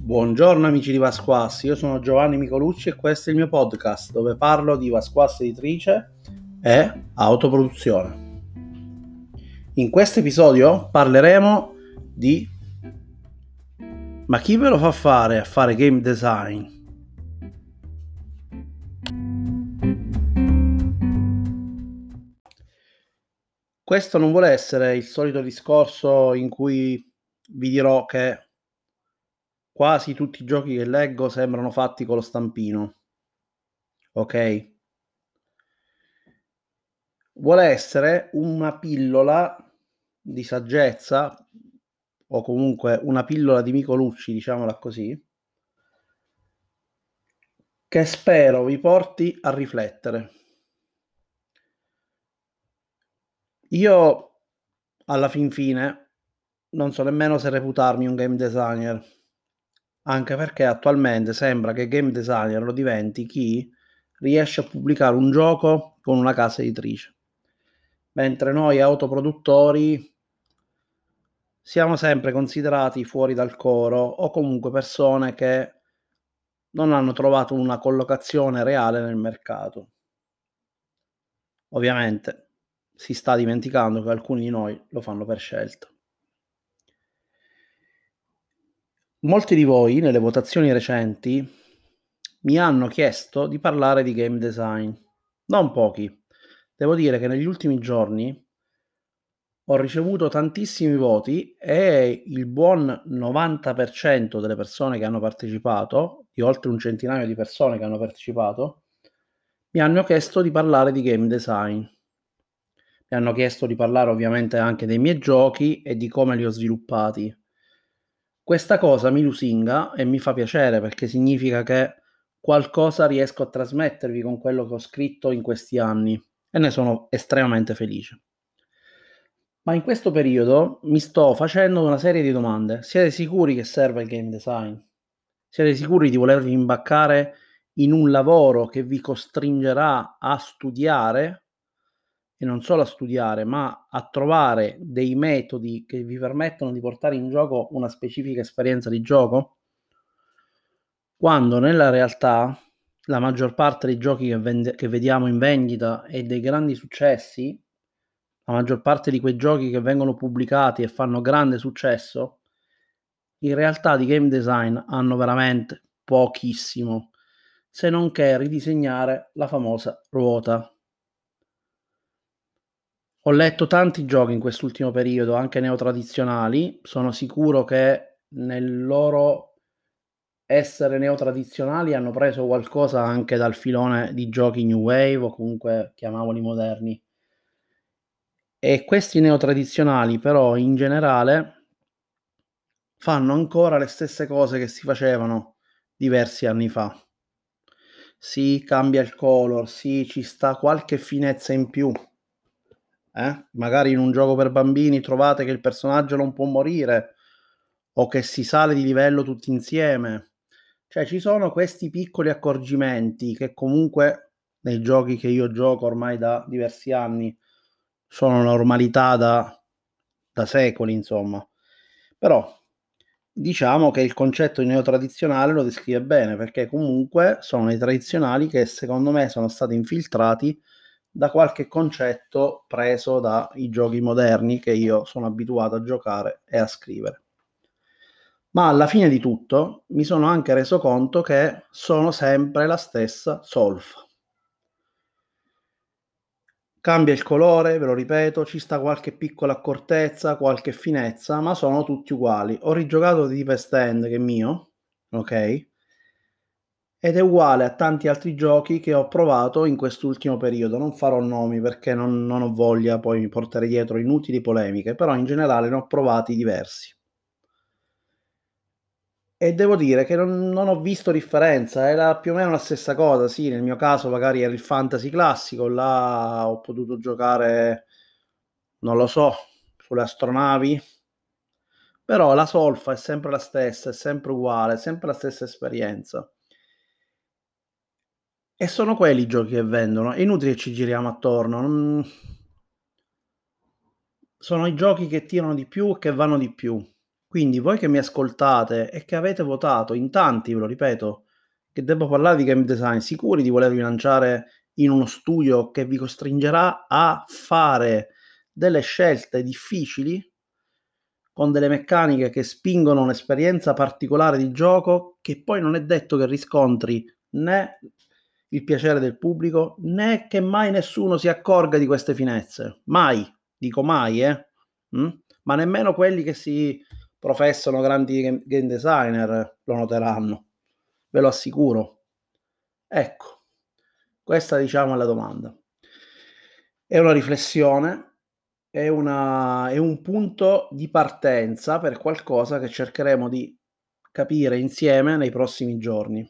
Buongiorno amici di Vasquas, io sono Giovanni Micolucci e questo è il mio podcast dove parlo di Vasquas editrice e autoproduzione. In questo episodio parleremo di ma chi ve lo fa fare a fare game design? Questo non vuole essere il solito discorso in cui vi dirò che quasi tutti i giochi che leggo sembrano fatti con lo stampino, ok? Vuole essere una pillola di saggezza o comunque una pillola di Micolucci, diciamola così, che spero vi porti a riflettere. Io alla fin fine non so nemmeno se reputarmi un game designer, anche perché attualmente sembra che game designer lo diventi chi riesce a pubblicare un gioco con una casa editrice, mentre noi autoproduttori siamo sempre considerati fuori dal coro o comunque persone che non hanno trovato una collocazione reale nel mercato. Ovviamente si sta dimenticando che alcuni di noi lo fanno per scelta. Molti di voi nelle votazioni recenti mi hanno chiesto di parlare di game design, non pochi. Devo dire che negli ultimi giorni ho ricevuto tantissimi voti e il buon 90% delle persone che hanno partecipato, di oltre un centinaio di persone che hanno partecipato, mi hanno chiesto di parlare di game design. Mi hanno chiesto di parlare ovviamente anche dei miei giochi e di come li ho sviluppati. Questa cosa mi lusinga e mi fa piacere perché significa che qualcosa riesco a trasmettervi con quello che ho scritto in questi anni e ne sono estremamente felice. Ma in questo periodo mi sto facendo una serie di domande. Siete sicuri che serve il game design? Siete sicuri di volervi imbaccare in un lavoro che vi costringerà a studiare e non solo a studiare, ma a trovare dei metodi che vi permettono di portare in gioco una specifica esperienza di gioco? Quando nella realtà la maggior parte dei giochi che vediamo in vendita e dei grandi successi, la maggior parte di quei giochi che vengono pubblicati e fanno grande successo, in realtà di game design hanno veramente pochissimo, se non che ridisegnare la famosa ruota. Ho letto tanti giochi in quest'ultimo periodo, anche neotradizionali. Sono sicuro che nel loro essere neotradizionali hanno preso qualcosa anche dal filone di giochi New Wave o comunque chiamiamoli moderni. E questi neotradizionali però in generale fanno ancora le stesse cose che si facevano diversi anni fa. Sì, cambia il color, sì, ci sta qualche finezza in più. Magari in un gioco per bambini trovate che il personaggio non può morire o che si sale di livello tutti insieme. Cioè ci sono questi piccoli accorgimenti che comunque nei giochi che io gioco ormai da diversi anni sono normalità da secoli, insomma. Però diciamo che il concetto di neotradizionale lo descrive bene, perché comunque sono i tradizionali che secondo me sono stati infiltrati da qualche concetto preso dai giochi moderni che io sono abituato a giocare e a scrivere. Ma alla fine di tutto mi sono anche reso conto che sono sempre la stessa solfa. Cambia il colore, ve lo ripeto, ci sta qualche piccola accortezza, qualche finezza, ma sono tutti uguali. Ho rigiocato The Deepest End, che è mio, ok? Ed è uguale a tanti altri giochi che ho provato in quest'ultimo periodo. Non farò nomi perché non ho voglia poi mi portare dietro inutili polemiche, però in generale ne ho provati diversi. E devo dire che non ho visto differenza, era più o meno la stessa cosa. Sì, nel mio caso magari era il fantasy classico, là ho potuto giocare, non lo so, sulle astronavi, però la solfa è sempre la stessa, è sempre uguale, è sempre la stessa esperienza. E sono quelli i giochi che vendono, è inutile che ci giriamo attorno, sono i giochi che tirano di più e che vanno di più. Quindi voi che mi ascoltate e che avete votato in tanti, ve lo ripeto, che devo parlare di game design, sicuri di volervi lanciare in uno studio che vi costringerà a fare delle scelte difficili con delle meccaniche che spingono un'esperienza particolare di gioco che poi non è detto che riscontri né il piacere del pubblico né che mai nessuno si accorga di queste finezze. Mai, dico mai, mm? Ma nemmeno quelli che si professano grandi game designer lo noteranno, ve lo assicuro. Ecco, questa diciamo è la domanda. È una riflessione, è un punto di partenza per qualcosa che cercheremo di capire insieme nei prossimi giorni.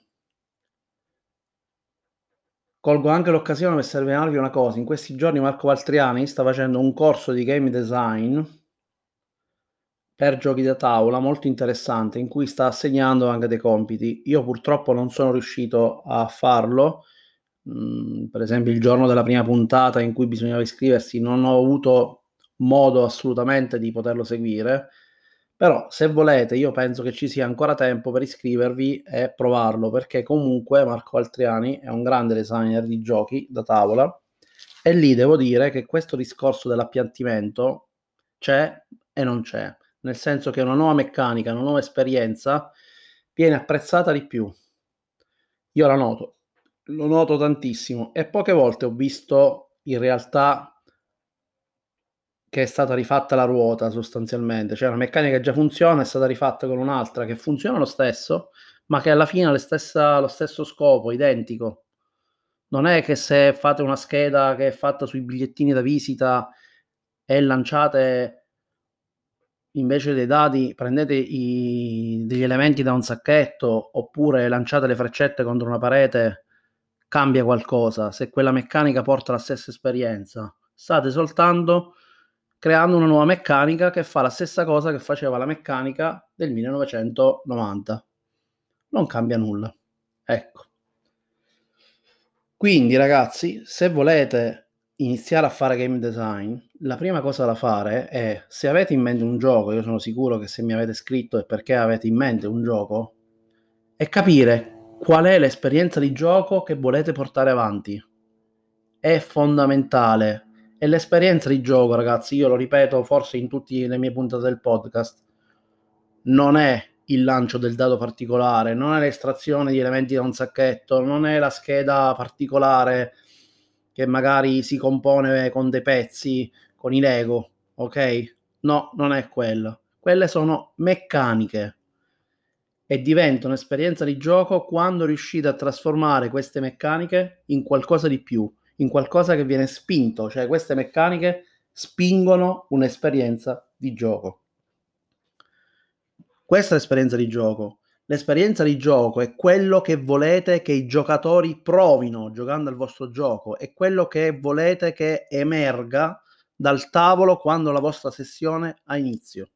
Colgo anche l'occasione per segnalarvi una cosa: in questi giorni Marco Valtriani sta facendo un corso di game design per giochi da tavola molto interessante, in cui sta assegnando anche dei compiti. Io purtroppo non sono riuscito a farlo, per esempio il giorno della prima puntata in cui bisognava iscriversi non ho avuto modo assolutamente di poterlo seguire, però se volete io penso che ci sia ancora tempo per iscrivervi e provarlo, perché comunque Marco Altriani è un grande designer di giochi da tavola e lì devo dire che questo discorso dell'appiattimento c'è e non c'è, nel senso che una nuova meccanica, una nuova esperienza viene apprezzata di più. Io la noto, lo noto tantissimo e poche volte ho visto in realtà che è stata rifatta la ruota sostanzialmente, cioè una meccanica che già funziona è stata rifatta con un'altra che funziona lo stesso, ma che alla fine ha lo stesso scopo, identico. Non è che se fate una scheda che è fatta sui bigliettini da visita e lanciate invece dei dadi, prendete degli elementi da un sacchetto oppure lanciate le freccette contro una parete, cambia qualcosa. Se quella meccanica porta la stessa esperienza, state soltanto creando una nuova meccanica che fa la stessa cosa che faceva la meccanica del 1990. Non cambia nulla. Ecco. Quindi ragazzi, se volete iniziare a fare game design, la prima cosa da fare è, se avete in mente un gioco, io sono sicuro che se mi avete scritto è perché avete in mente un gioco, è capire qual è l'esperienza di gioco che volete portare avanti. È fondamentale. E l'esperienza di gioco, ragazzi, io lo ripeto forse in tutte le mie puntate del podcast, non è il lancio del dado particolare, non è l'estrazione di elementi da un sacchetto, non è la scheda particolare che magari si compone con dei pezzi, con i Lego, ok? No, non è quella. Quelle sono meccaniche e diventa un'esperienza di gioco quando riuscite a trasformare queste meccaniche in qualcosa di più, in qualcosa che viene spinto, cioè queste meccaniche spingono un'esperienza di gioco. Questa è l'esperienza di gioco. L'esperienza di gioco è quello che volete che i giocatori provino giocando al vostro gioco, è quello che volete che emerga dal tavolo quando la vostra sessione ha inizio.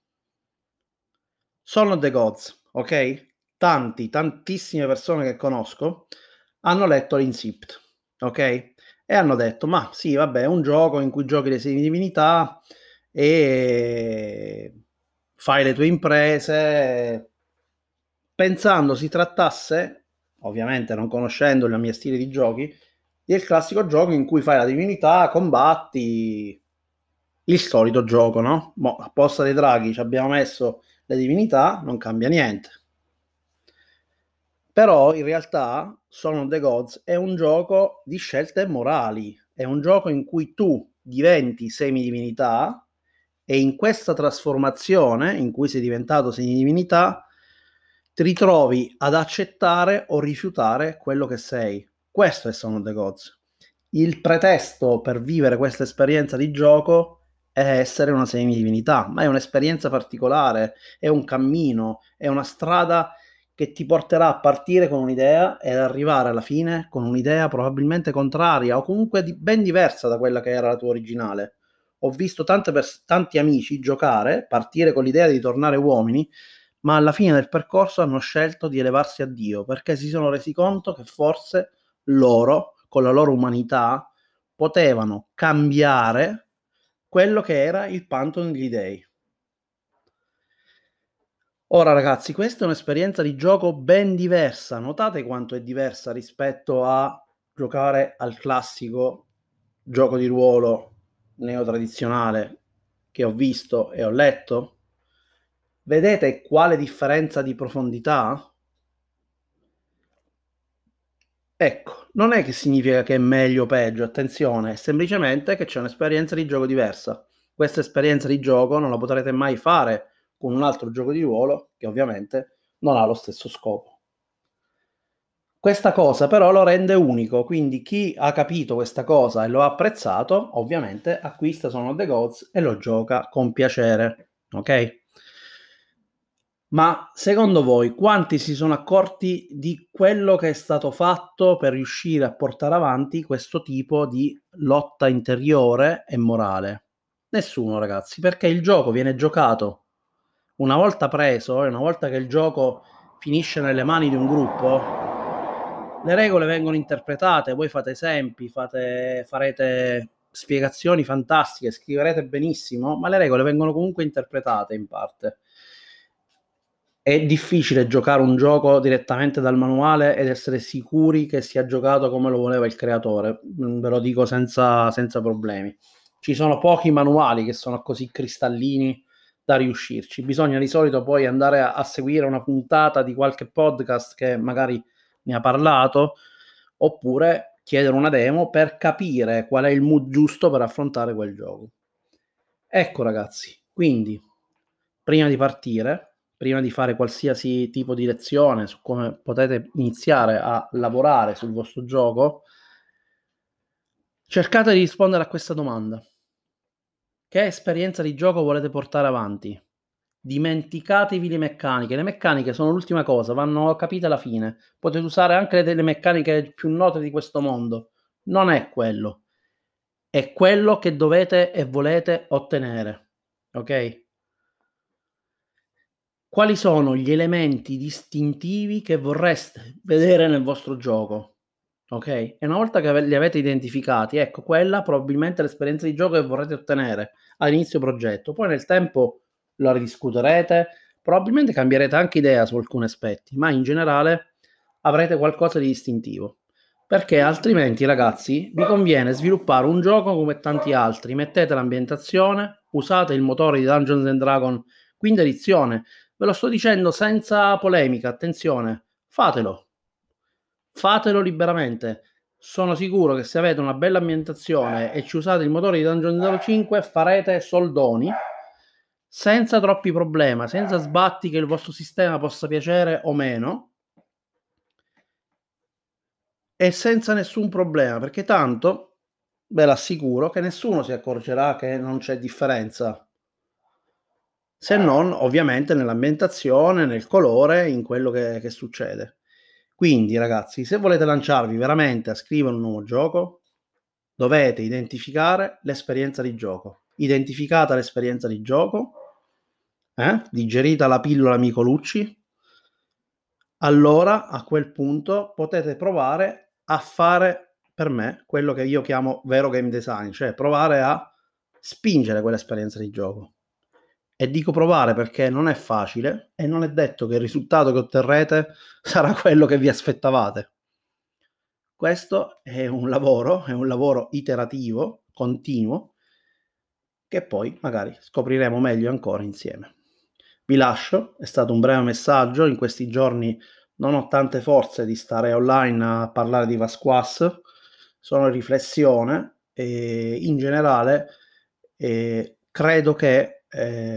Sono the Gods, ok? Tantissime persone che conosco hanno letto l'Incipit, ok? E hanno detto, ma sì, vabbè, è un gioco in cui giochi le semi-divinità e fai le tue imprese, pensando si trattasse, ovviamente non conoscendo il mio stile di giochi, del classico gioco in cui fai la divinità, combatti, il solito gioco, no? Mo, a posto dei draghi ci abbiamo messo le divinità, non cambia niente. Però in realtà Son of the Gods è un gioco di scelte morali, è un gioco in cui tu diventi semidivinità e in questa trasformazione, in cui sei diventato semidivinità, ti ritrovi ad accettare o rifiutare quello che sei. Questo è Son of the Gods. Il pretesto per vivere questa esperienza di gioco è essere una semidivinità, ma è un'esperienza particolare, è un cammino, è una strada che ti porterà a partire con un'idea ed arrivare alla fine con un'idea probabilmente contraria o comunque ben diversa da quella che era la tua originale. Ho visto tanti amici giocare, partire con l'idea di tornare uomini, ma alla fine del percorso hanno scelto di elevarsi a Dio perché si sono resi conto che forse loro, con la loro umanità, potevano cambiare quello che era il Pantheon degli dei. Ora ragazzi, questa è un'esperienza di gioco ben diversa. Notate quanto è diversa rispetto a giocare al classico gioco di ruolo neotradizionale che ho visto e ho letto? Vedete quale differenza di profondità? Ecco, non è che significa che è meglio o peggio, attenzione, è semplicemente che c'è un'esperienza di gioco diversa. Questa esperienza di gioco non la potrete mai fare con un altro gioco di ruolo che ovviamente non ha lo stesso scopo. Questa cosa però lo rende unico, quindi chi ha capito questa cosa e lo ha apprezzato, ovviamente acquista Son of the Gods e lo gioca con piacere, ok? Ma secondo voi quanti si sono accorti di quello che è stato fatto per riuscire a portare avanti questo tipo di lotta interiore e morale? Nessuno, ragazzi, perché il gioco viene giocato una volta preso e una volta che il gioco finisce nelle mani di un gruppo, le regole vengono interpretate, voi fate esempi, farete spiegazioni fantastiche, scriverete benissimo, ma le regole vengono comunque interpretate in parte. È difficile giocare un gioco direttamente dal manuale ed essere sicuri che sia giocato come lo voleva il creatore. Ve lo dico senza problemi. Ci sono pochi manuali che sono così cristallini da riuscirci. Bisogna di solito poi andare a seguire una puntata di qualche podcast che magari ne ha parlato, oppure chiedere una demo per capire qual è il mood giusto per affrontare quel gioco. Ecco ragazzi, quindi prima di partire, prima di fare qualsiasi tipo di lezione su come potete iniziare a lavorare sul vostro gioco, cercate di rispondere a questa domanda. Che esperienza di gioco volete portare avanti? Dimenticatevi le meccaniche sono l'ultima cosa, vanno capite alla fine. Potete usare anche delle meccaniche più note di questo mondo. Non è quello. È quello che dovete e volete ottenere. Ok? Quali sono gli elementi distintivi che vorreste vedere nel vostro gioco, okay, e una volta che li avete identificati, ecco quella probabilmente è l'esperienza di gioco che vorrete ottenere a inizio progetto. Poi nel tempo la ridiscuterete, probabilmente cambierete anche idea su alcuni aspetti, ma in generale avrete qualcosa di distintivo. Perché altrimenti ragazzi, vi conviene sviluppare un gioco come tanti altri, mettete l'ambientazione, usate il motore di Dungeons& and Dragons quinta edizione. Ve lo sto dicendo senza polemica, attenzione, fatelo. Fatelo liberamente. Sono sicuro che se avete una bella ambientazione e ci usate il motore di Dungeon 05 farete soldoni senza troppi problemi, senza sbatti che il vostro sistema possa piacere o meno e senza nessun problema, perché tanto ve l'assicuro che nessuno si accorgerà che non c'è differenza. Se non ovviamente nell'ambientazione, nel colore, in quello che succede. Quindi ragazzi, se volete lanciarvi veramente a scrivere un nuovo gioco, dovete identificare l'esperienza di gioco. Identificata l'esperienza di gioco, digerita la pillola amico Lucci, allora a quel punto potete provare a fare per me quello che io chiamo vero game design, cioè provare a spingere quell'esperienza di gioco. E dico provare perché non è facile e non è detto che il risultato che otterrete sarà quello che vi aspettavate. Questo è un lavoro iterativo, continuo, che poi magari scopriremo meglio ancora insieme. Vi lascio, è stato un breve messaggio, in questi giorni non ho tante forze di stare online a parlare di Vasquas, sono in riflessione e in generale credo che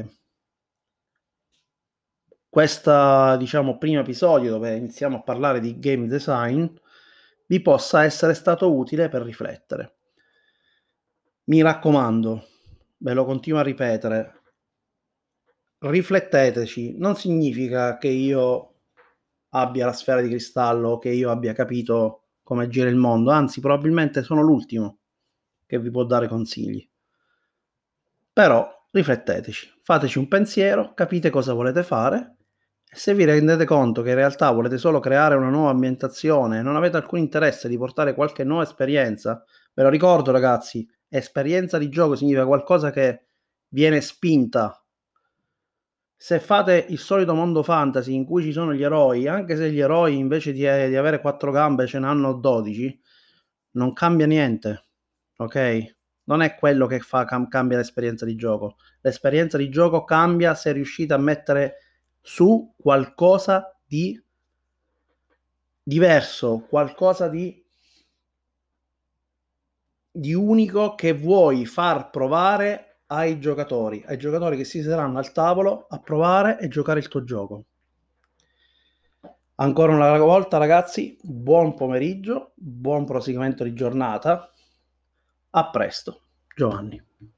questa, diciamo, primo episodio dove iniziamo a parlare di game design vi possa essere stato utile per riflettere. Mi raccomando, ve lo continuo a ripetere, rifletteteci, non significa che io abbia la sfera di cristallo o che io abbia capito come gira il mondo, anzi probabilmente sono l'ultimo che vi può dare consigli. Però rifletteteci, fateci un pensiero, capite cosa volete fare e se vi rendete conto che in realtà volete solo creare una nuova ambientazione e non avete alcun interesse di portare qualche nuova esperienza, ve lo ricordo ragazzi, esperienza di gioco significa qualcosa che viene spinta Se fate il solito mondo fantasy in cui ci sono gli eroi, anche se gli eroi invece di avere 4 gambe ce n'hanno 12, non cambia niente, ok? Non è quello che fa cambia l'esperienza di gioco. L'esperienza di gioco cambia se riuscite a mettere su qualcosa di diverso, qualcosa di unico che vuoi far provare ai giocatori che si saranno al tavolo a provare e giocare il tuo gioco. Ancora una volta, ragazzi, buon pomeriggio, buon proseguimento di giornata. A presto, Giovanni.